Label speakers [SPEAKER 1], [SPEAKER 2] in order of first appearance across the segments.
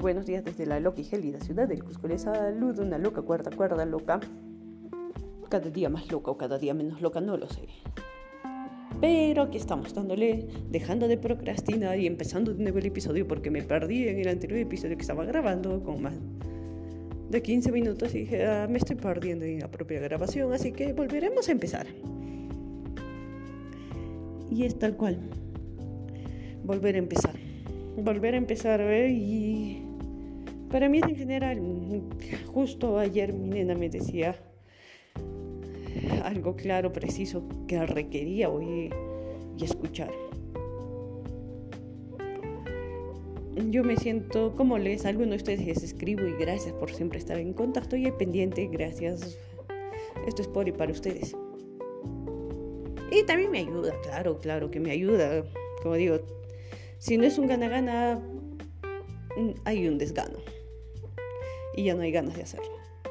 [SPEAKER 1] buenos días desde la loca y gélida ciudad del Cusco. Les saludo una loca cuerda loca. Cada día más loca o cada día menos loca, no lo sé. Pero aquí estamos dejando de procrastinar y empezando de nuevo el episodio porque me perdí en el anterior episodio que estaba grabando con más de 15 minutos y dije, me estoy perdiendo en la propia grabación, así que volveremos a empezar. Y es tal cual. Volver a empezar, y para mí es en general. Justo ayer mi nena me decía algo claro, preciso, que requería oír y escuchar. Yo me siento, como les alguno de ustedes les escribo y gracias por siempre estar en contacto y pendiente, gracias. Esto es por y para ustedes. Y también me ayuda, claro que me ayuda. Como digo, si no es un gana-gana, hay un desgano. Y ya no hay ganas de hacerlo.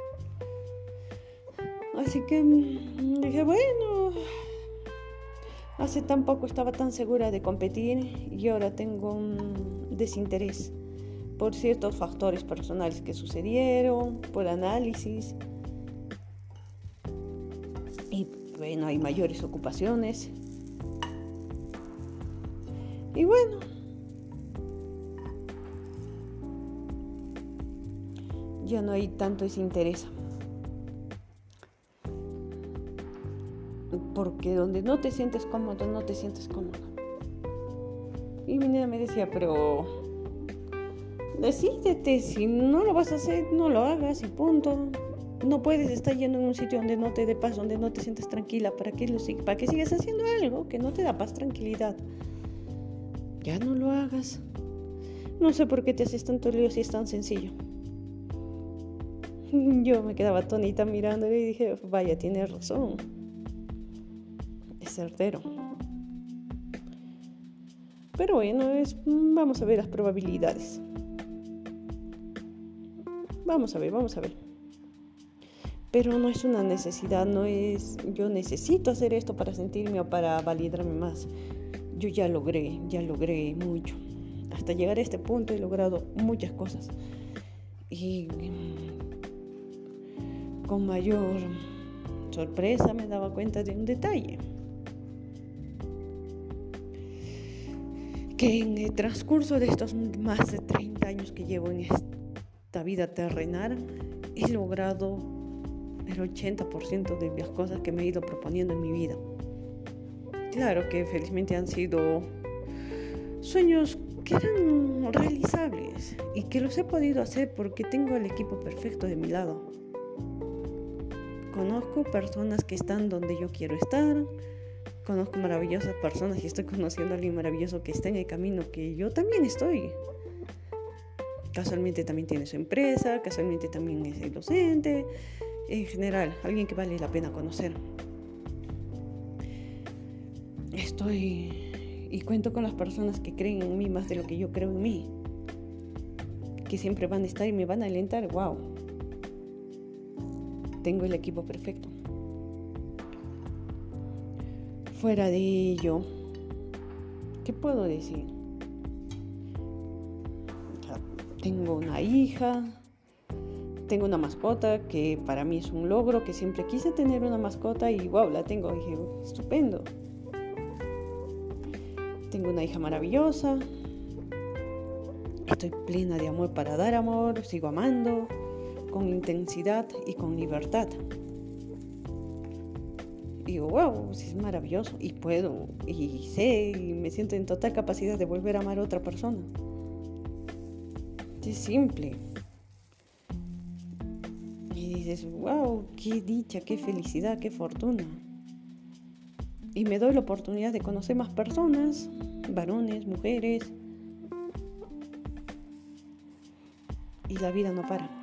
[SPEAKER 1] Así que dije, bueno, hace tan poco estaba tan segura de competir y ahora tengo un desinterés por ciertos factores personales que sucedieron, por análisis. Y bueno, hay mayores ocupaciones. Y bueno, ya no hay tanto ese interés. Porque donde no te sientes cómodo, no te sientes cómodo. Y mi nena me decía, pero decídete, si no lo vas a hacer, no lo hagas y punto. No puedes estar yendo en un sitio donde no te dé paz, donde no te sientas tranquila. ¿Para qué sigas haciendo algo que no te da paz, tranquilidad? Ya no lo hagas. No sé por qué te haces tanto lío si es tan sencillo. Yo me quedaba atónita mirándole y dije, vaya, tiene razón. Es certero. Pero bueno, vamos a ver las probabilidades. Vamos a ver. Pero no es una necesidad, no es yo necesito hacer esto para sentirme o para validarme más. Yo ya logré mucho. Hasta llegar a este punto he logrado muchas cosas. Y con mayor sorpresa me daba cuenta de un detalle. Que en el transcurso de estos más de 30 años que llevo en esta vida terrenal, he logrado el 80% de las cosas que me he ido proponiendo en mi vida. Claro que felizmente han sido sueños que eran realizables y que los he podido hacer porque tengo el equipo perfecto de mi lado. Conozco personas que están donde yo quiero estar. Conozco maravillosas personas y estoy conociendo a alguien maravilloso que está en el camino que yo también estoy. Casualmente también tiene su empresa, casualmente también es el docente. En general, alguien que vale la pena conocer. Y cuento con las personas que creen en mí más de lo que yo creo en mí. Que siempre van a estar y me van a alentar. ¡Wow! Tengo el equipo perfecto. Fuera de ello, ¿qué puedo decir? Tengo una hija, tengo una mascota que para mí es un logro, que siempre quise tener una mascota y wow, la tengo. Y dije, estupendo. Tengo una hija maravillosa, estoy plena de amor para dar amor, sigo amando con intensidad y con libertad. Y digo, wow, es maravilloso y puedo, y sé, y me siento en total capacidad de volver a amar a otra persona. Es simple. Y dices, wow, qué dicha, qué felicidad, qué fortuna. Y me doy la oportunidad de conocer más personas, varones, mujeres. Y la vida no para.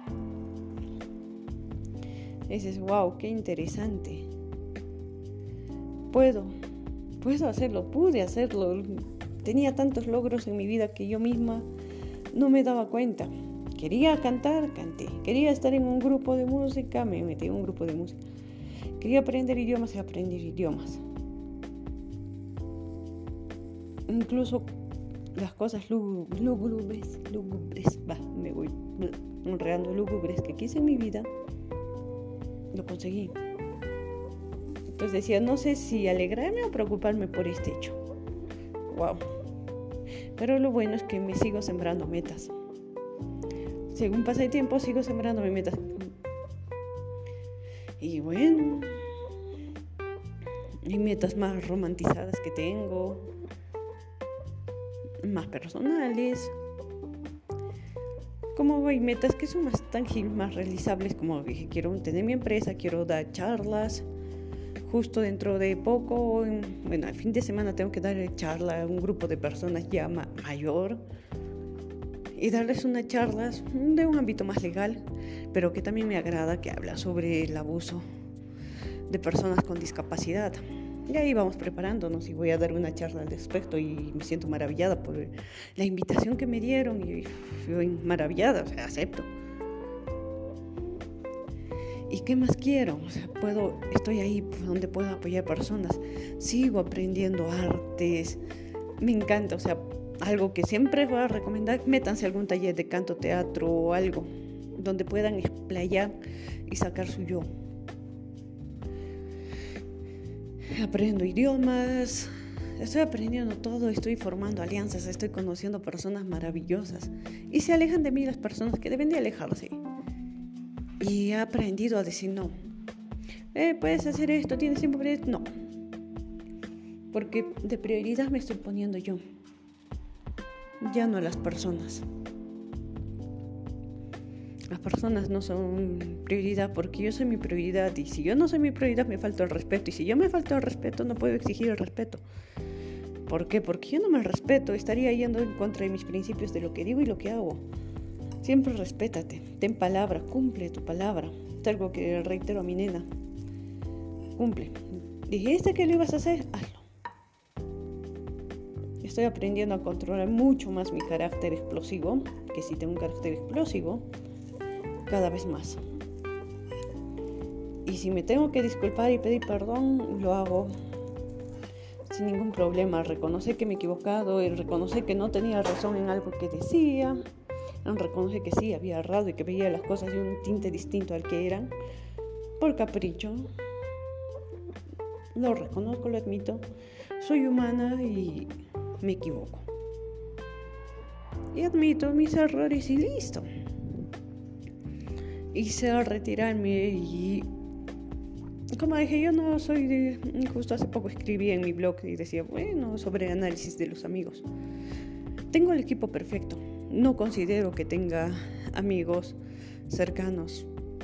[SPEAKER 1] Y dices, wow, qué interesante. Puedo hacerlo, pude hacerlo. Tenía tantos logros en mi vida que yo misma no me daba cuenta. Quería cantar, canté. Quería estar en un grupo de música, me metí en un grupo de música. Quería aprender idiomas y aprender idiomas. Incluso las cosas lúgubres, me voy honrando lúgubres que quise en mi vida, lo conseguí. Entonces decía, no sé si alegrarme o preocuparme por este hecho. Wow. Pero lo bueno es que me sigo sembrando metas. Según pasa el tiempo, sigo sembrando mis metas. Y bueno, hay metas más romantizadas que tengo, más personales. Como hay metas que son más tangibles, más realizables, como dije, quiero tener mi empresa, quiero dar charlas. Justo dentro de poco, el fin de semana tengo que dar charla a un grupo de personas ya mayor y darles unas charlas de un ámbito más legal, pero que también me agrada, que habla sobre el abuso de personas con discapacidad. Y ahí vamos preparándonos y voy a dar una charla al respecto y me siento maravillada por la invitación que me dieron y fui maravillada, o sea, acepto. ¿Y qué más quiero? O sea, estoy ahí donde puedo apoyar personas. Sigo aprendiendo artes. Me encanta, o sea, algo que siempre voy a recomendar, métanse a algún taller de canto, teatro o algo donde puedan explayar y sacar su yo. Aprendo idiomas, estoy aprendiendo todo, estoy formando alianzas, estoy conociendo personas maravillosas. Y se alejan de mí las personas que deben de alejarse. Y he aprendido a decir no. Puedes hacer esto, tienes tiempo para esto. No. Porque de prioridad me estoy poniendo yo. Ya no las personas. Las personas no son prioridad porque yo soy mi prioridad. Y si yo no soy mi prioridad, me falta el respeto. Y si yo me falta el respeto, no puedo exigir el respeto. ¿Por qué? Porque yo no me respeto. Estaría yendo en contra de mis principios de lo que digo y lo que hago. Siempre respétate, ten palabra, cumple tu palabra. Es algo que reitero a mi nena. Cumple. Dijiste que lo ibas a hacer, hazlo. Estoy aprendiendo a controlar mucho más mi carácter explosivo, que si tengo un carácter explosivo, cada vez más. Y si me tengo que disculpar y pedir perdón, lo hago sin ningún problema. Reconocer que me he equivocado y reconocer que no tenía razón en algo que decía. Reconocer que sí, había errado y que veía las cosas de un tinte distinto al que eran, por capricho. Lo reconozco, lo admito. Soy humana y me equivoco. Y admito mis errores y listo. Y sé retirarme y... Como dije, yo no soy de... Justo hace poco escribí en mi blog y decía, sobre análisis de los amigos. Tengo el equipo perfecto. No considero que tenga amigos cercanos,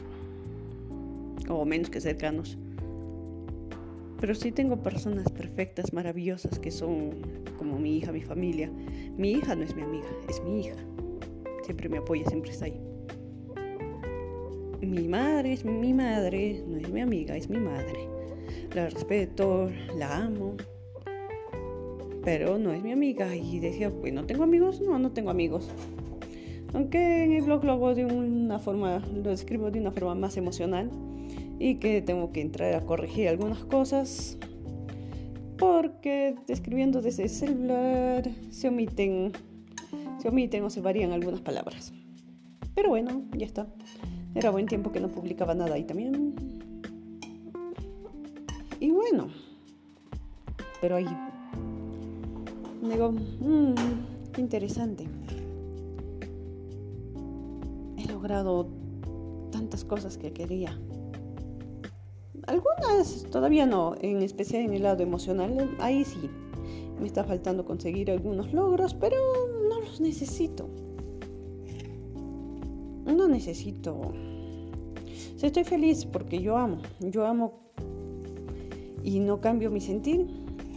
[SPEAKER 1] o menos que cercanos. Pero sí tengo personas perfectas, maravillosas, que son como mi hija, mi familia. Mi hija no es mi amiga, es mi hija. Siempre me apoya, siempre está ahí. Mi madre es mi madre, no es mi amiga, es mi madre. La respeto, la amo. Pero no es mi amiga. Y decía, ¿no tengo amigos? No tengo amigos. Aunque en el blog lo hago de una forma, lo escribo de una forma más emocional y que tengo que entrar a corregir algunas cosas porque escribiendo desde el celular se omiten o se varían algunas palabras. Pero bueno, ya está. Era buen tiempo que no publicaba nada ahí también. Y bueno, pero ahí digo, qué interesante. He logrado tantas cosas que quería. Algunas todavía no, en especial en el lado emocional. Ahí sí, me está faltando conseguir algunos logros, pero no los necesito. No necesito. O sea, estoy feliz porque yo amo y no cambio mi sentir.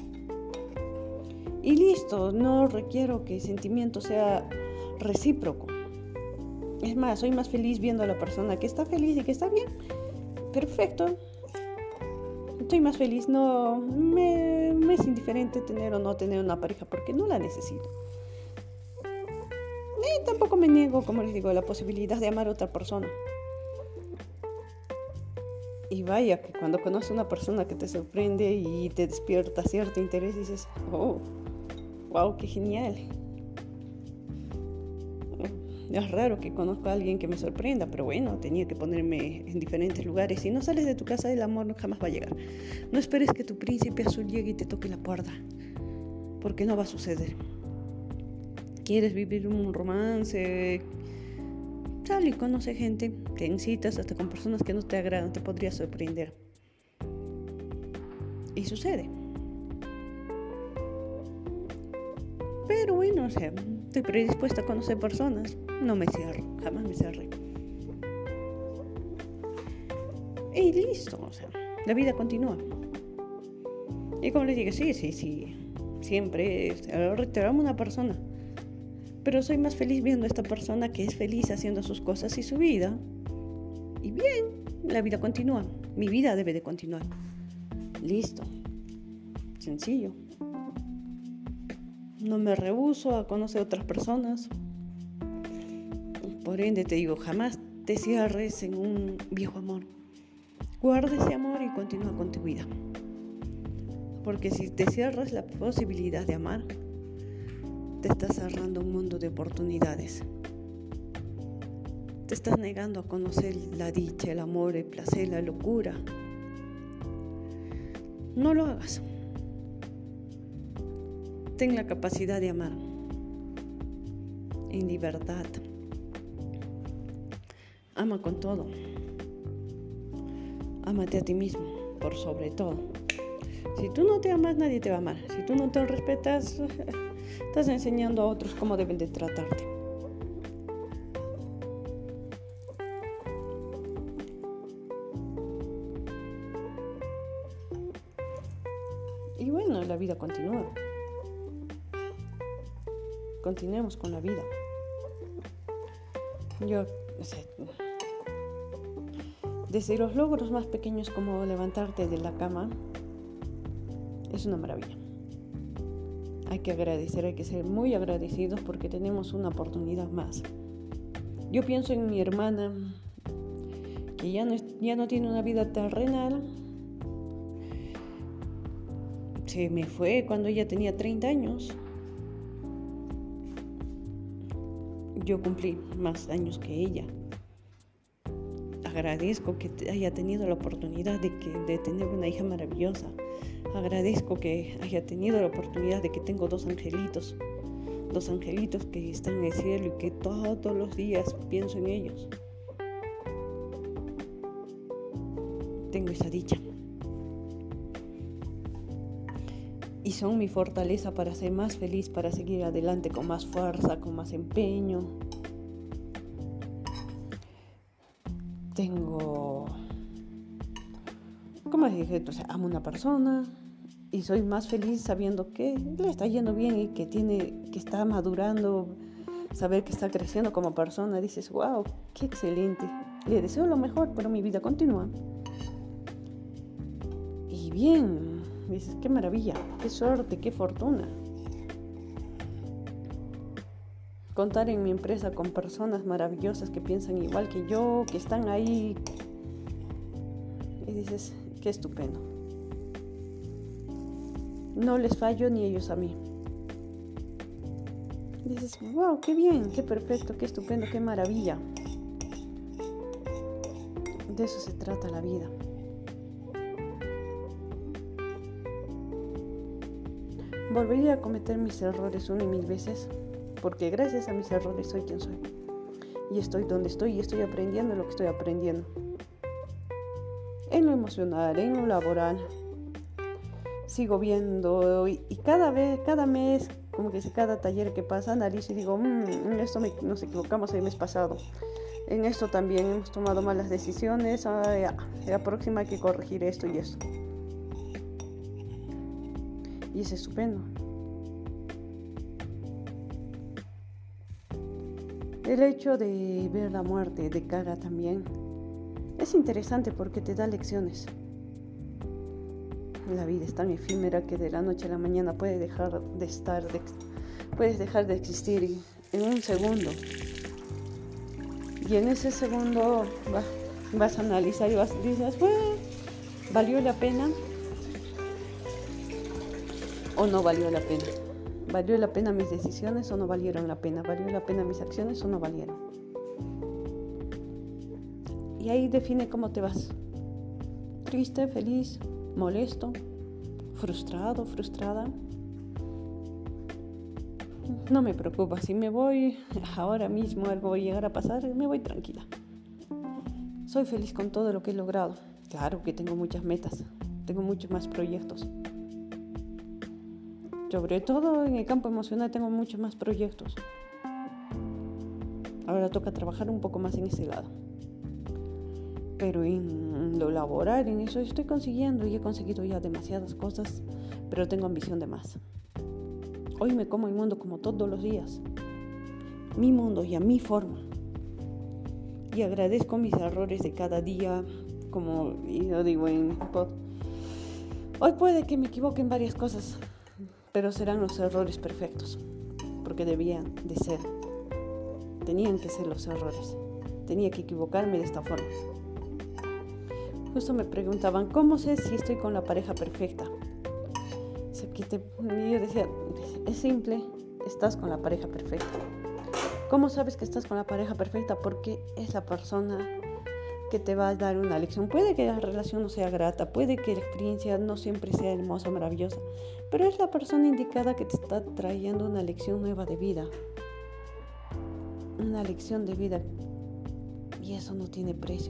[SPEAKER 1] Y listo, no requiero que el sentimiento sea recíproco. Es más, soy más feliz viendo a la persona que está feliz y que está bien. Perfecto. Estoy más feliz, no me es indiferente tener o no tener una pareja porque no la necesito. Y tampoco me niego, como les digo, la posibilidad de amar a otra persona. Y vaya, que cuando conoces a una persona que te sorprende y te despierta cierto interés, dices, oh, wow, qué genial. Es raro que conozca a alguien que me sorprenda, pero bueno, tenía que ponerme en diferentes lugares. Si no sales de tu casa, el amor jamás va a llegar. No esperes que tu príncipe azul llegue y te toque la puerta, porque no va a suceder. ¿Quieres vivir un romance? Sal y conoce gente, ten citas hasta con personas que no te agradan, te podría sorprender. Y sucede. Pero bueno, o sea, estoy predispuesta a conocer personas. No me cierro, jamás me cerré. Y listo, o sea, la vida continúa. Y como les dije, sí, siempre reiteramos una persona. Pero soy más feliz viendo a esta persona que es feliz haciendo sus cosas y su vida. Y bien, la vida continúa. Mi vida debe de continuar. Listo. Sencillo. No me rehúso a conocer otras personas. Por ende te digo, jamás te cierres en un viejo amor. Guarda ese amor y continúa con tu vida. Porque si te cierras la posibilidad de amar, te estás cerrando un mundo de oportunidades. Te estás negando a conocer la dicha, el amor, el placer, la locura. No lo hagas. Ten la capacidad de amar en libertad. Ama con todo. Ámate a ti mismo, por sobre todo. Si tú no te amas, nadie te va a amar. Si tú no te respetas, estás enseñando a otros cómo deben de tratarte. Y bueno, la vida continúa. Continuemos con la vida. Desde los logros más pequeños como levantarte de la cama, es una maravilla. Hay que agradecer, hay que ser muy agradecidos porque tenemos una oportunidad más. Yo pienso en mi hermana, que ya no tiene una vida terrenal. Se me fue cuando ella tenía 30 años. Yo cumplí más años que ella. Agradezco que haya tenido la oportunidad de tener una hija maravillosa. Agradezco que haya tenido la oportunidad de que tengo dos angelitos que están en el cielo y que todos los días pienso en ellos. Tengo esa dicha. Y son mi fortaleza para ser más feliz, para seguir adelante con más fuerza, con más empeño. Como dije, amo a una persona y soy más feliz sabiendo que le está yendo bien y que está madurando, saber que está creciendo como persona. Dices, wow, qué excelente. Le deseo lo mejor, pero mi vida continúa. Y bien, dices, qué maravilla, qué suerte, qué fortuna. Contar en mi empresa con personas maravillosas que piensan igual que yo, que están ahí. Y dices, qué estupendo. No les fallo ni ellos a mí. Y dices, wow, qué bien, qué perfecto, qué estupendo, qué maravilla. De eso se trata la vida. Volvería a cometer mis errores 1,000 veces, porque gracias a mis errores soy quien soy. Y estoy donde estoy y estoy aprendiendo lo que estoy aprendiendo. En lo emocional, en lo laboral. Sigo viendo y cada mes, como que cada taller que pasa, analizo y digo, en esto nos equivocamos el mes pasado. En esto también hemos tomado malas decisiones. La próxima hay que corregir esto y esto. Y es estupendo. El hecho de ver la muerte de cara también es interesante porque te da lecciones. La vida es tan efímera que de la noche a la mañana puedes dejar de existir en un segundo. Y en ese segundo vas a analizar y dices, bueno, ¿valió la pena o no valió la pena? ¿Valió la pena mis decisiones o no valieron la pena? ¿Valió la pena mis acciones o no valieron? Y ahí define cómo te vas. Triste, feliz, molesto, frustrado, frustrada. No me preocupa, si me voy ahora mismo, algo va a llegar a pasar, me voy tranquila. Soy feliz con todo lo que he logrado. Claro que tengo muchas metas, tengo muchos más proyectos. Sobre todo en el campo emocional tengo muchos más proyectos. Ahora toca trabajar un poco más en ese lado. Pero en lo laboral, en eso estoy consiguiendo y he conseguido ya demasiadas cosas, pero tengo ambición de más. Hoy me como el mundo como todos los días. Mi mundo y a mi forma. Y agradezco mis errores de cada día, como yo digo en pod. Hoy puede que me equivoque en varias cosas, pero serán los errores perfectos, porque debían de ser. Tenían que ser los errores. Tenía que equivocarme de esta forma. Justo me preguntaban, ¿cómo sé si estoy con la pareja perfecta? Y yo decía, es simple, estás con la pareja perfecta. ¿Cómo sabes que estás con la pareja perfecta? Porque es la persona que te va a dar una lección. Puede que la relación no sea grata, puede que la experiencia no siempre sea hermosa, maravillosa, pero es la persona indicada que te está trayendo una lección nueva de vida. Una lección de vida. Y eso no tiene precio.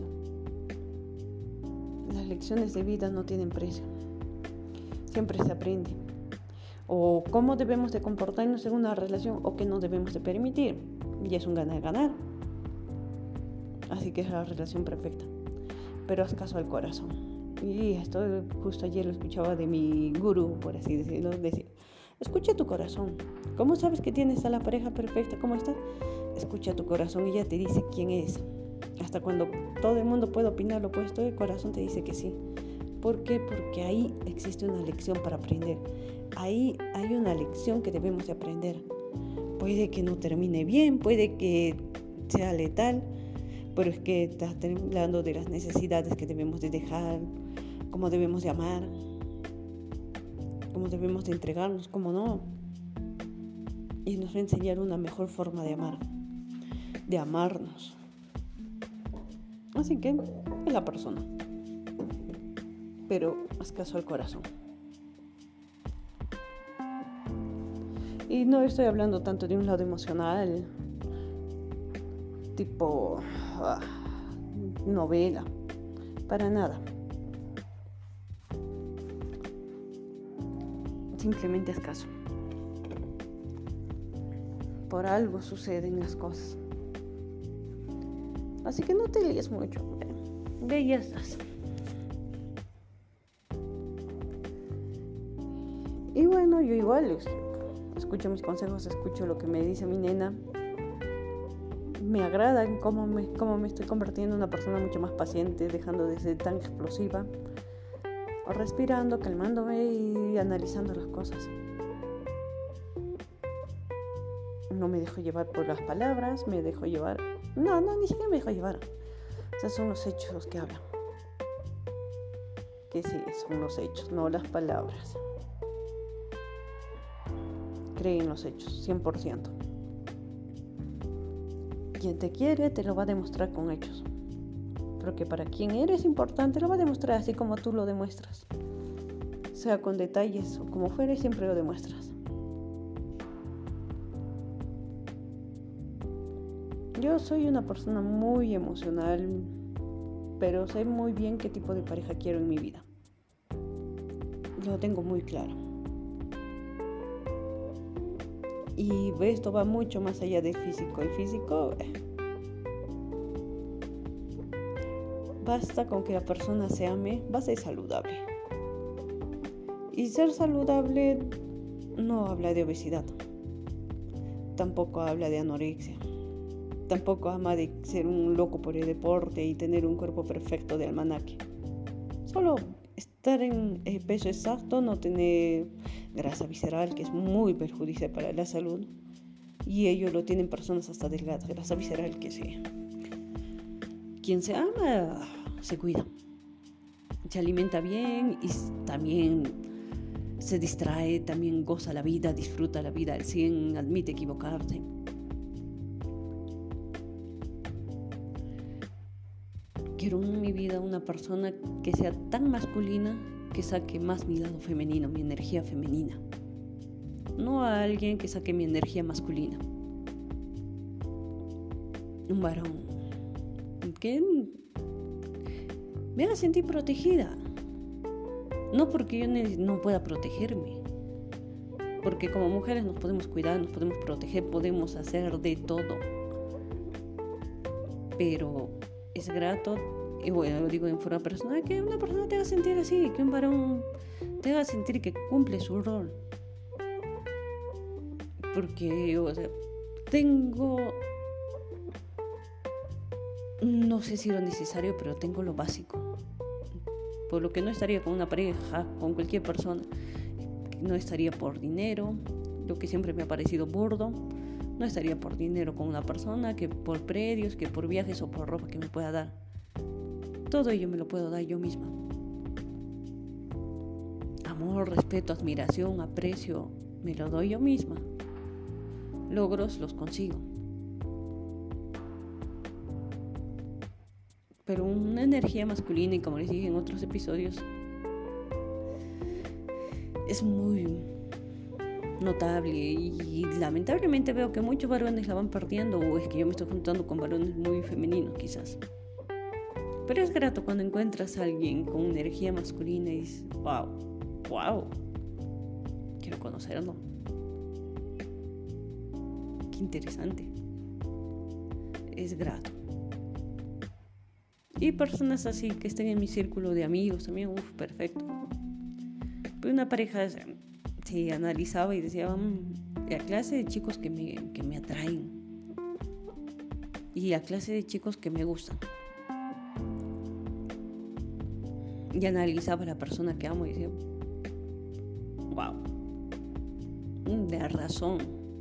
[SPEAKER 1] Las lecciones de vida no tienen precio. Siempre se aprende. O cómo debemos de comportarnos en una relación o qué no debemos de permitir. Y es un ganar-ganar. Así que es la relación perfecta. Pero haz caso al corazón. Y esto justo ayer lo escuchaba de mi gurú, por así decirlo. Decir, escucha tu corazón. ¿Cómo sabes que tienes a la pareja perfecta? ¿Cómo está? Escucha tu corazón y ella te dice quién es. Hasta cuando todo el mundo puede opinar lo opuesto, el corazón te dice que sí. ¿Por qué? Porque ahí existe una lección para aprender. Ahí hay una lección que debemos de aprender. Puede que no termine bien, puede que sea letal, pero es que estás hablando de las necesidades que debemos de dejar, cómo debemos de amar, cómo debemos de entregarnos, cómo no. Y nos va a enseñar una mejor forma de amar, de amarnos. Así que es la persona. Pero haz caso al corazón. Y no estoy hablando tanto de un lado emocional, tipo novela, para nada. Simplemente haz caso. Por algo suceden las cosas. Así que no te líes mucho. Ve y ya estás. Y bueno, yo igual escucho mis consejos, escucho lo que me dice mi nena. Me agrada cómo me estoy convirtiendo en una persona mucho más paciente, dejando de ser tan explosiva, respirando, calmándome y analizando las cosas. No me dejo llevar por las palabras, me dejo llevar... No, ni siquiera me dejo llevar. O sea, son los hechos los que hablan. Que sí, son los hechos, no las palabras. Cree en los hechos, 100%. Quien te quiere te lo va a demostrar con hechos. Porque para quien eres importante lo va a demostrar así como tú lo demuestras. Sea con detalles o como fuere, siempre lo demuestras. Yo soy una persona muy emocional, pero sé muy bien qué tipo de pareja quiero en mi vida. Lo tengo muy claro. Y esto va mucho más allá del físico. El físico, basta con que la persona se ame, va a ser saludable. Y ser saludable no habla de obesidad. Tampoco habla de anorexia. Tampoco habla de ser un loco por el deporte y tener un cuerpo perfecto de almanaque. Solo estar en el peso exacto, no tener grasa visceral, que es muy perjudicial para la salud. Y ello lo tienen personas hasta delgadas. Grasa visceral, que sí. Quien se ama, se cuida. Se alimenta bien y también se distrae, también goza la vida, disfruta la vida al 100, admite equivocarse. Quiero en mi vida una persona que sea tan masculina que saque más mi lado femenino, mi energía femenina. No a alguien que saque mi energía masculina. Un varón que me haga sentir protegida. No porque yo no pueda protegerme. Porque como mujeres nos podemos cuidar, nos podemos proteger, podemos hacer de todo. Pero es grato, y bueno, lo digo en forma personal, que una persona te haga sentir así, que un varón te haga sentir que cumple su rol. Porque, tengo, no sé si lo necesario, pero tengo lo básico. Por lo que no estaría con una pareja, con cualquier persona. No estaría por dinero, lo que siempre me ha parecido burdo. No estaría por dinero con una persona, que por predios, que por viajes o por ropa que me pueda dar. Todo ello me lo puedo dar yo misma. Amor, respeto, admiración, aprecio, me lo doy yo misma. Logros los consigo. Pero una energía masculina, y como les dije en otros episodios, es muy notable y lamentablemente veo que muchos varones la van perdiendo, o es que yo me estoy juntando con varones muy femeninos quizás. Pero es grato cuando encuentras a alguien con energía masculina y dices, wow, quiero conocerlo. Qué interesante. Es grato. Y personas así que estén en mi círculo de amigos también, perfecto. Pero una pareja se analizaba y decía, la clase de chicos que me atraen y la clase de chicos que me gustan. Y analizaba a la persona que amo y decía, wow, de razón.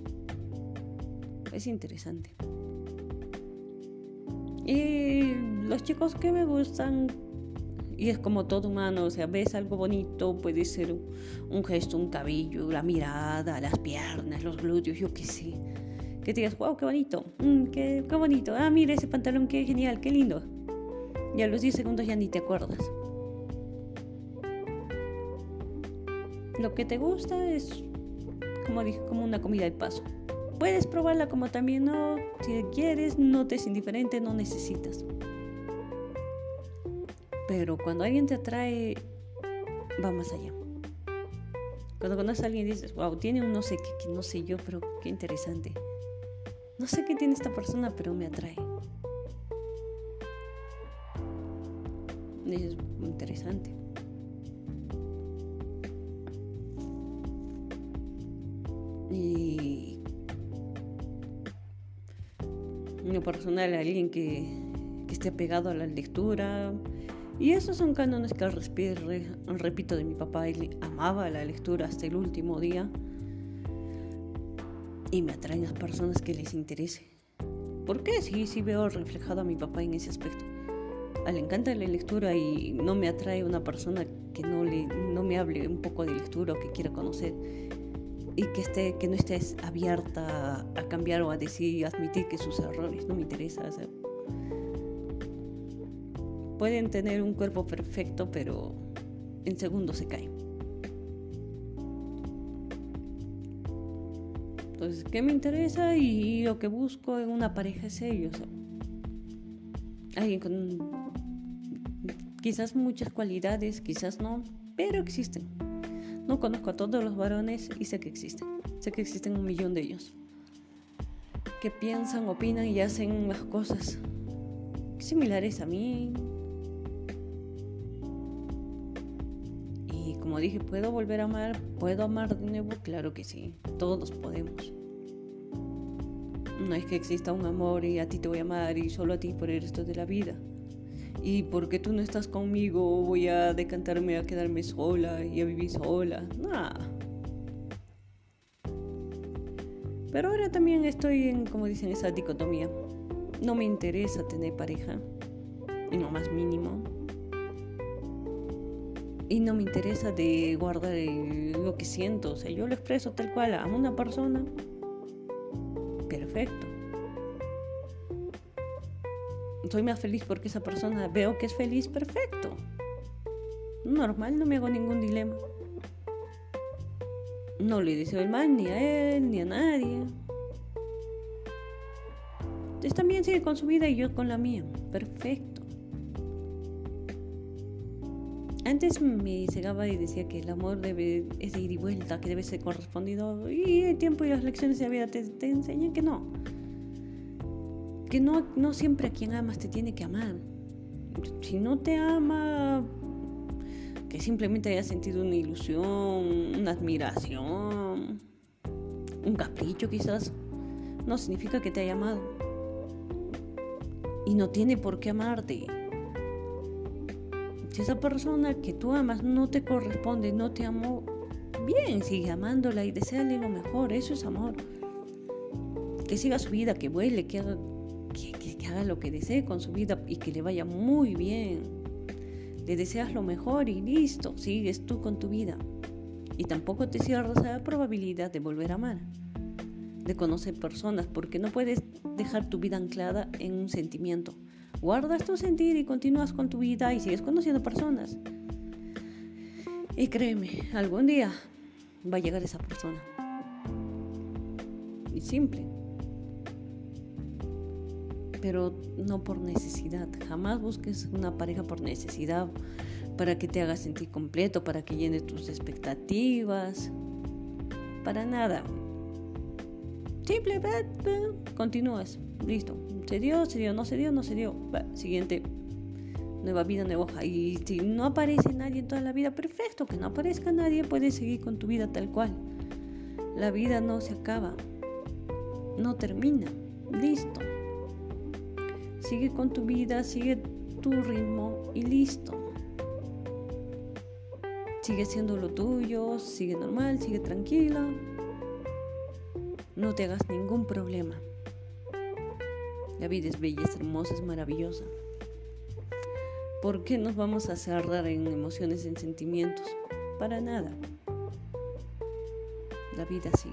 [SPEAKER 1] Es interesante. Y los chicos que me gustan, y es como todo humano, ves algo bonito, puede ser un gesto, un cabello, la mirada, las piernas, los glúteos, yo qué sé. Que te digas, wow, qué bonito, qué bonito, mira ese pantalón, qué genial, qué lindo. Y a los 10 segundos ya ni te acuerdas. Lo que te gusta es, como dije, como una comida de paso. Puedes probarla como también no, si quieres, no te es indiferente, no necesitas. Pero cuando alguien te atrae, va más allá. Cuando conoces a alguien y dices, wow, tiene un no sé qué, que no sé yo, pero qué interesante. No sé qué tiene esta persona, pero me atrae. Es interesante. Y en lo personal, alguien que esté pegado a la lectura. Y esos son cánones que repito de mi papá. Él amaba la lectura hasta el último día. Y me atraen las personas que les interese. ¿Por qué? Sí veo reflejado a mi papá en ese aspecto. A él le encanta la lectura y no me atrae una persona que no me hable un poco de lectura o que quiera conocer. Y que no estés abierta a cambiar o a decir, admitir que sus errores no me interesa. Pueden tener un cuerpo perfecto, pero en segundos se caen. Entonces, ¿qué me interesa? Y lo que busco en una pareja es ello. Alguien con quizás muchas cualidades, quizás no, pero existen. No conozco a todos los varones y sé que existen. Sé que existen 1 millón de ellos. Que piensan, opinan y hacen las cosas similares a mí. Y como dije, ¿puedo volver a amar? ¿Puedo amar de nuevo? Claro que sí. Todos podemos. No es que exista un amor y a ti te voy a amar y solo a ti por el resto de la vida. Y porque tú no estás conmigo voy a decantarme a quedarme sola y a vivir sola. Nah. Pero ahora también estoy en, como dicen, esa dicotomía. No me interesa tener pareja, en lo más mínimo. Y no me interesa de guardar lo que siento. O sea, yo lo expreso tal cual. Amo a una persona. Perfecto. Soy más feliz porque esa persona veo que es feliz. Perfecto. Normal, no me hago ningún dilema. No le deseo el mal ni a él ni a nadie. Entonces también sigue con su vida y yo con la mía. Perfecto. Antes me cegaba y decía que el amor es de ir y vuelta, que debe ser correspondido. Y el tiempo y las lecciones de la vida te enseñan que no. Que no siempre a quien amas te tiene que amar. Si no te ama, que simplemente hayas sentido una ilusión, una admiración, un capricho quizás, no significa que te haya amado. Y no tiene por qué amarte. Si esa persona que tú amas no te corresponde, no te amó, bien, sigue amándola y deséale lo mejor, eso es amor. Que siga su vida, que vuele, que haga lo que desee con su vida y que le vaya muy bien. Le deseas lo mejor y listo, sigues tú con tu vida. Y tampoco te cierras a la probabilidad de volver a amar, de conocer personas, porque no puedes dejar tu vida anclada en un sentimiento. Guardas tu sentir y continúas con tu vida y sigues conociendo personas. Y créeme, algún día va a llegar esa persona. Y simple. Pero no por necesidad. Jamás busques una pareja por necesidad, para que te haga sentir completo, para que llene tus expectativas. Para nada. Simplemente continúas. Listo. Se dio, no se dio. Siguiente. Nueva vida, nueva hoja. Y si no aparece nadie en toda la vida, perfecto. Que no aparezca nadie, puedes seguir con tu vida tal cual. La vida no se acaba. No termina. Listo. Sigue con tu vida, sigue tu ritmo y listo. Sigue haciendo lo tuyo, sigue normal, sigue tranquila. No te hagas ningún problema. La vida es bella, es hermosa, es maravillosa. ¿Por qué nos vamos a cerrar en emociones, en sentimientos? Para nada. La vida sigue.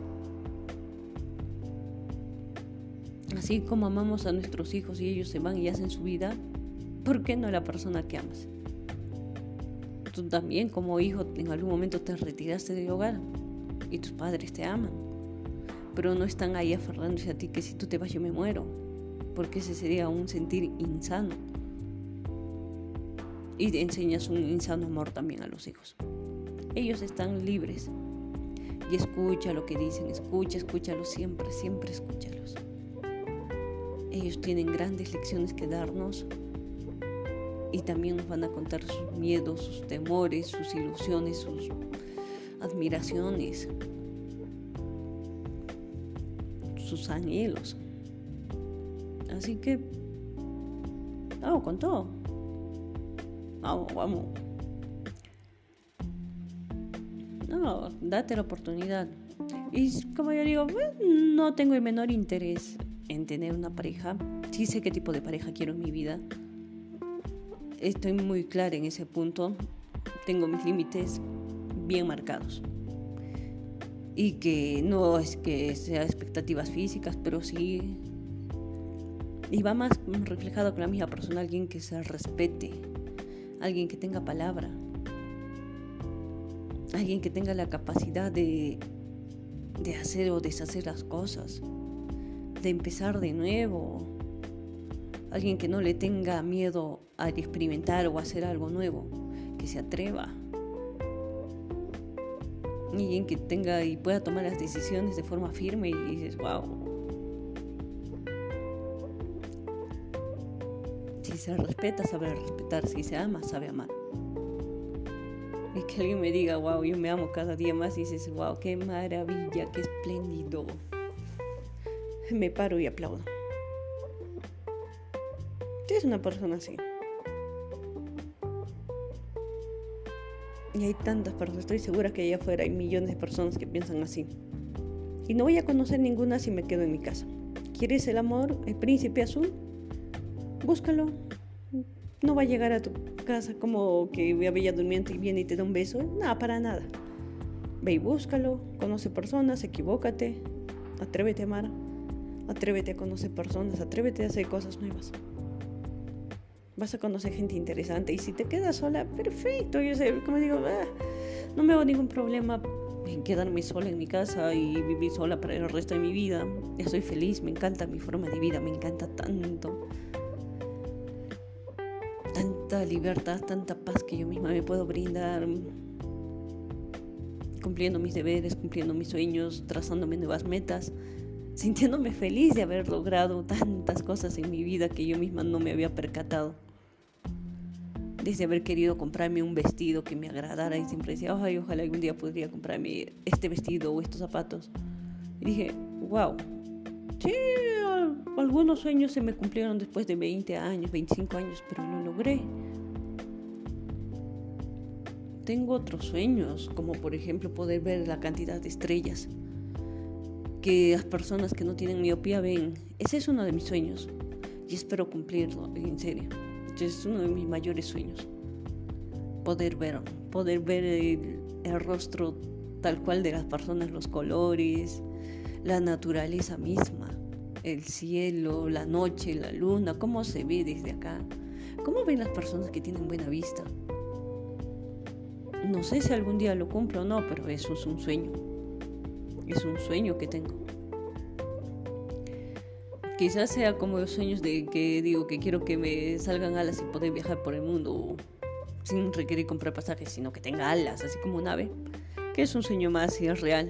[SPEAKER 1] Así como amamos a nuestros hijos y ellos se van y hacen su vida, ¿por qué no la persona que amas? Tú también como hijo en algún momento te retiraste del hogar y tus padres te aman, pero no están ahí aferrándose a ti que si tú te vas yo me muero, porque ese sería un sentir insano. Y te enseñas un insano amor también a los hijos. Ellos están libres y escucha lo que dicen, escúchalos siempre escúchalos. Ellos tienen grandes lecciones que darnos y también nos van a contar sus miedos, sus temores, sus ilusiones, sus admiraciones, sus anhelos. Así que vamos con todo. Vamos. No, date la oportunidad. Y como yo digo, no tengo el menor interés en tener una pareja. Sí sé qué tipo de pareja quiero en mi vida. Estoy muy clara en ese punto. Tengo mis límites bien marcados. Y que no es que sea expectativas físicas, pero sí. Y va más reflejado con la misma persona, alguien que se respete, alguien que tenga palabra, alguien que tenga la capacidad de hacer o deshacer las cosas, de empezar de nuevo, alguien que no le tenga miedo a experimentar o hacer algo nuevo, que se atreva, alguien que tenga y pueda tomar las decisiones de forma firme y dices, wow. Si se respeta, sabe respetar, si se ama, sabe amar. Y que alguien me diga, wow, yo me amo cada día más, y dices, wow, qué maravilla, qué espléndido. Me paro y aplaudo. Es una persona así. Y hay tantas personas, estoy segura que allá afuera hay millones de personas que piensan así. Y no voy a conocer ninguna si me quedo en mi casa. ¿Quieres el amor, el príncipe azul? Búscalo. No va a llegar a tu casa como que ve a Bella Durmiente y viene y te da un beso. Nada, para nada. Ve y búscalo, conoce personas, equivócate, atrévete a amar, atrévete a conocer personas, atrévete a hacer cosas nuevas. Vas a conocer gente interesante y si te quedas sola, perfecto. Yo sé, como digo, no me hago ningún problema en quedarme sola en mi casa y vivir sola para el resto de mi vida. Ya soy feliz, me encanta mi forma de vida, me encanta tanto. Tanta libertad, tanta paz que yo misma me puedo brindar, cumpliendo mis deberes, cumpliendo mis sueños, trazándome nuevas metas, sintiéndome feliz de haber logrado tantas cosas en mi vida que yo misma no me había percatado. Desde haber querido comprarme un vestido que me agradara y siempre decía, ay, ojalá algún día podría comprarme este vestido o estos zapatos. Y dije, wow, sí, algunos sueños se me cumplieron después de 20 años, 25 años, pero lo logré. Tengo otros sueños, como por ejemplo poder ver la cantidad de estrellas que las personas que no tienen miopía ven. Ese es uno de mis sueños y espero cumplirlo, en serio. Es uno de mis mayores sueños. Poder ver el rostro tal cual de las personas, los colores, la naturaleza misma, el cielo, la noche, la luna, cómo se ve desde acá, cómo ven las personas que tienen buena vista. No sé si algún día lo cumplo o no, pero eso es un sueño. Es un sueño que tengo. Quizás sea como los sueños de que digo que quiero que me salgan alas y poder viajar por el mundo sin requerir comprar pasajes, sino que tenga alas, así como un ave, que es un sueño más y es real.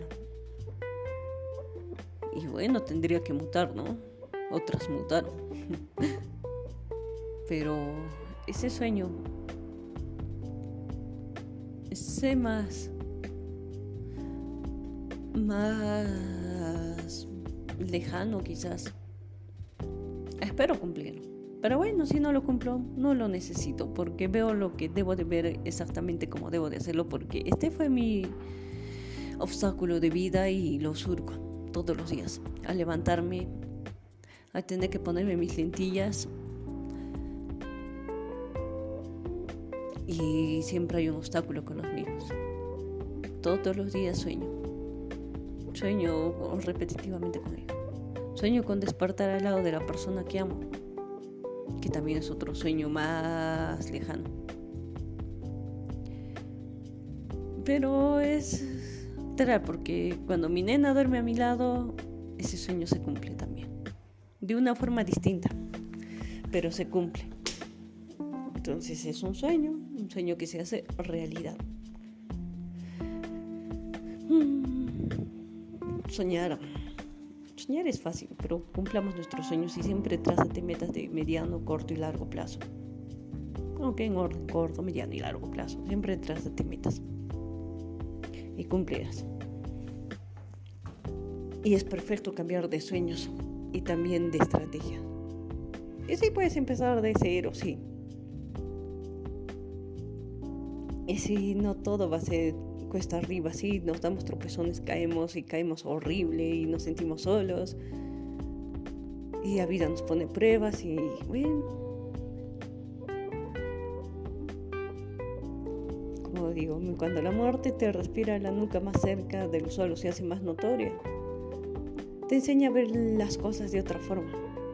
[SPEAKER 1] Y bueno, tendría que mutar, ¿no? O transmutar. Pero ese sueño, ese más lejano quizás, espero cumplirlo. Pero bueno, si no lo cumplo, no lo necesito, porque veo lo que debo de ver exactamente como debo de hacerlo, porque este fue mi obstáculo de vida y lo surco todos los días. Al levantarme, a tener que ponerme mis lentillas, y siempre hay un obstáculo con los mismos. Todos los días sueño repetitivamente con ello. Sueño con despertar al lado de la persona que amo, que también es otro sueño más lejano. Pero es literal, porque cuando mi nena duerme a mi lado, ese sueño se cumple también. De una forma distinta, pero se cumple. Entonces es un sueño que se hace realidad. Soñar es fácil, pero cumplamos nuestros sueños y siempre trázate metas de mediano, corto y largo plazo. Aunque en orden corto, mediano y largo plazo. Siempre trázate metas y cumplirás. Y es perfecto cambiar de sueños y también de estrategia. Y sí, puedes empezar de cero, sí. Y sí, no todo va a ser cuesta arriba, sí, nos damos tropezones, caemos horrible y nos sentimos solos. Y la vida nos pone pruebas y bueno. Como digo, cuando la muerte te respira la nuca más cerca del suelo, se hace más notoria. Te enseña a ver las cosas de otra forma.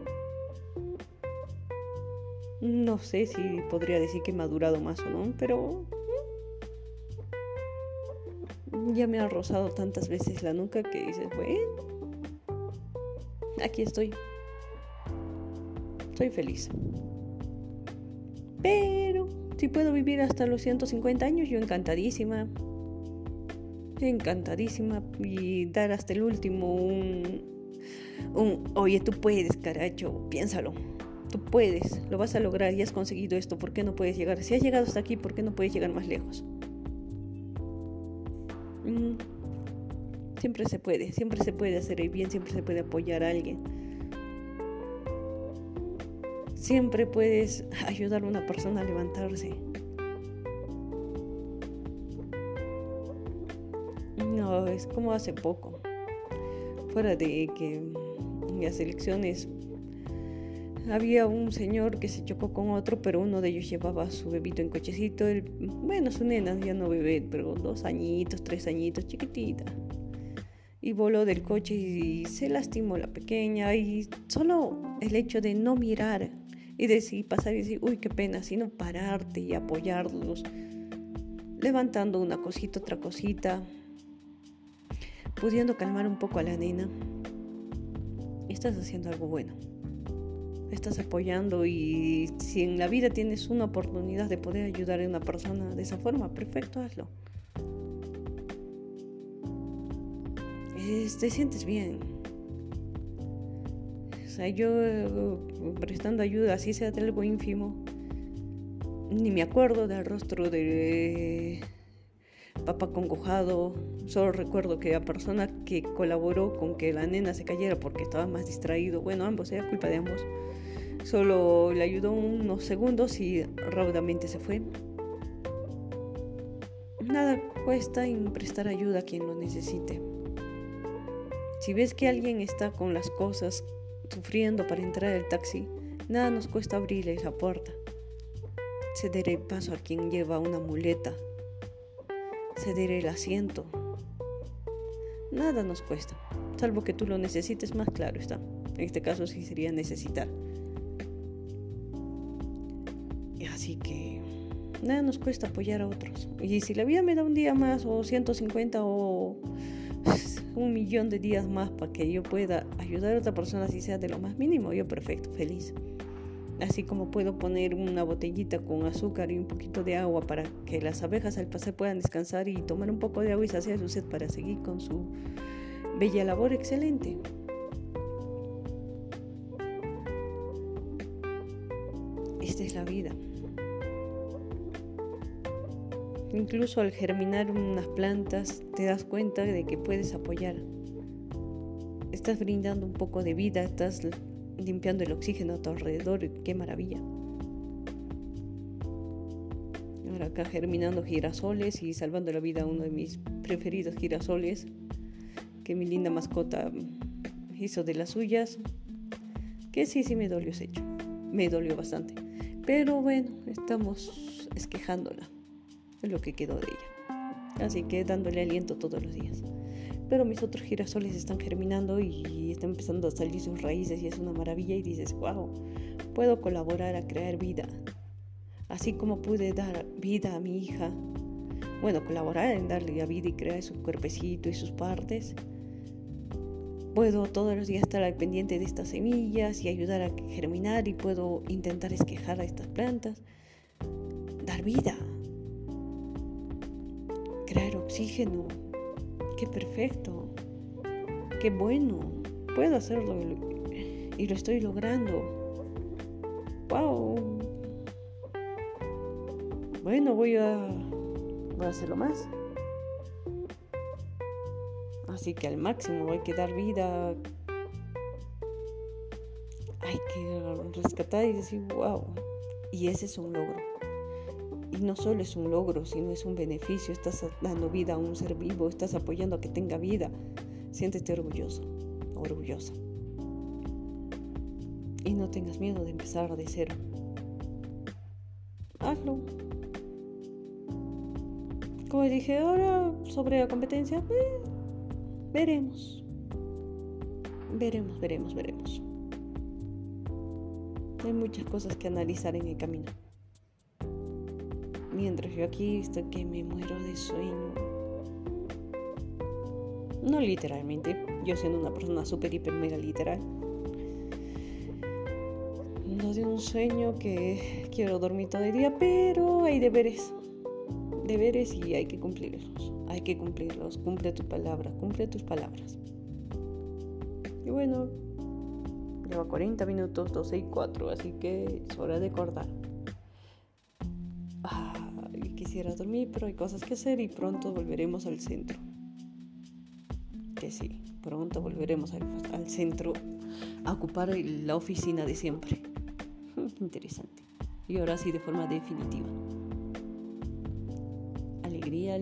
[SPEAKER 1] No sé si podría decir que he madurado más o no, pero ya me ha rozado tantas veces la nuca que dices, bueno, aquí estoy. Soy feliz. Pero si puedo vivir hasta los 150 años, yo encantadísima. Y dar hasta el último un oye, tú puedes, caracho, piénsalo. Tú puedes, lo vas a lograr y has conseguido esto. ¿Por qué no puedes llegar? Si has llegado hasta aquí, ¿por qué no puedes llegar más lejos? Siempre se puede hacer el bien, siempre se puede apoyar a alguien. Siempre puedes ayudar a una persona a levantarse. No, es como hace poco. Fuera de que en las elecciones Había un señor que se chocó con otro, pero uno de ellos llevaba a su bebito en cochecito. Su nena ya no bebé, pero 2 añitos, 3 añitos, chiquitita. Y voló del coche y se lastimó la pequeña. Y solo el hecho de no mirar y decir, pasar y decir, uy, qué pena, sino pararte y apoyarlos, levantando una cosita, otra cosita, pudiendo calmar un poco a la nena. Estás haciendo algo bueno. Estás apoyando, y si en la vida tienes una oportunidad de poder ayudar a una persona de esa forma, perfecto, hazlo. Te sientes bien. O sea, yo prestando ayuda, así sea de algo ínfimo, ni me acuerdo del rostro de papá congojado. Solo recuerdo que la persona que colaboró con que la nena se cayera porque estaba más distraído, ambos, era culpa de ambos, solo le ayudó unos segundos y raudamente se fue. Nada cuesta en prestar ayuda a quien lo necesite. Si ves que alguien está con las cosas sufriendo para entrar al taxi, nada nos cuesta abrirle la puerta, ceder el paso a quien lleva una muleta, ceder el asiento. Nada nos cuesta, salvo que tú lo necesites más, claro está. En este caso sí sería necesitar. Así que nada nos cuesta apoyar a otros. Y si la vida me da un día más, o 150, o 1.000.000 de días más para que yo pueda ayudar a otra persona, si sea de lo más mínimo, yo perfecto, feliz. Así como puedo poner una botellita con azúcar y un poquito de agua para que las abejas al pasar puedan descansar y tomar un poco de agua y saciar su sed para seguir con su bella labor, excelente. Esta es la vida. Incluso al germinar unas plantas te das cuenta de que puedes apoyar. Estás brindando un poco de vida, estás limpiando el oxígeno a tu alrededor. ¡Qué maravilla! Ahora acá germinando girasoles y salvando la vida a uno de mis preferidos girasoles, que mi linda mascota hizo de las suyas, que sí me dolió ese hecho. Me dolió bastante. Pero estamos esquejándola. Es lo que quedó de ella. Así que dándole aliento todos los días. Pero mis otros girasoles están germinando y están empezando a salir sus raíces y es una maravilla, y dices, wow, puedo colaborar a crear vida. Así como pude dar vida a mi hija, colaborar en darle la vida y crear su cuerpecito y sus partes, puedo todos los días estar al pendiente de estas semillas y ayudar a germinar, y puedo intentar esquejar a estas plantas, dar vida, crear oxígeno. ¡Qué perfecto! ¡Qué bueno! Puedo hacerlo y lo estoy logrando. ¡Wow! Voy a hacerlo más. Así que al máximo hay que dar vida. Hay que rescatar y decir, wow. Y ese es un logro. Y no solo es un logro, sino es un beneficio. Estás dando vida a un ser vivo, estás apoyando a que tenga vida. Siéntete orgulloso, orgullosa. Y no tengas miedo de empezar de cero. Hazlo. Como dije ahora sobre la competencia, veremos. Hay muchas cosas que analizar en el camino. Mientras yo aquí estoy que me muero de sueño. No literalmente, yo siendo una persona súper, hiper, mega literal. No de un sueño que quiero dormir todo el día, pero hay deberes. Deberes y hay que cumplirlos. Cumple tu palabra, cumple tus palabras. Y lleva 40 minutos, 12:04, así que es hora de cortar. Quisiera dormir, pero hay cosas que hacer y pronto volveremos al centro. Que sí, pronto volveremos al centro a ocupar la oficina de siempre. Interesante. Y ahora sí, de forma definitiva. Alegría.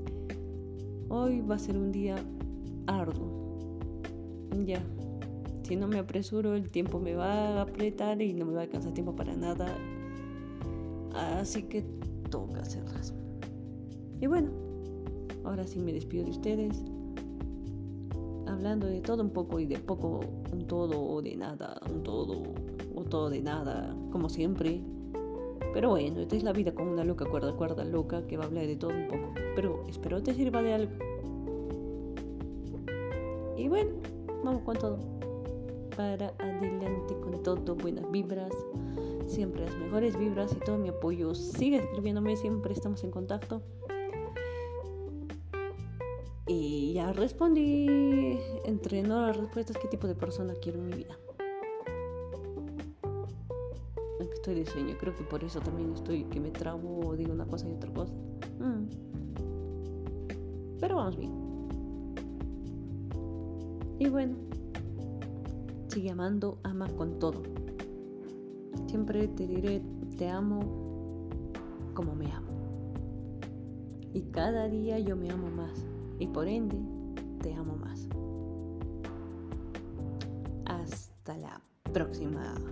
[SPEAKER 1] Hoy va a ser un día arduo. Ya, si no me apresuro, el tiempo me va a apretar y no me va a alcanzar tiempo para nada. Así que toca hacerlas. Y bueno, ahora sí me despido de ustedes, hablando de todo un poco y de poco un todo o de nada, un todo o todo de nada, como siempre. Pero bueno, esta es la vida con una loca cuerda loca que va a hablar de todo un poco. Pero espero te sirva de algo. Y bueno, vamos con todo. Para adelante con todo, buenas vibras, siempre las mejores vibras y todo mi apoyo. Sigue escribiéndome, siempre estamos en contacto. Y ya respondí entre no las respuestas qué tipo de persona quiero en mi vida. Aunque estoy de sueño, creo que por eso también estoy que me trabo o digo una cosa y otra cosa. Pero vamos bien. Y bueno, sigue amando, ama con todo. Siempre te diré, te amo como me amo. Y cada día yo me amo más. Y por ende, te amo más. Hasta la próxima.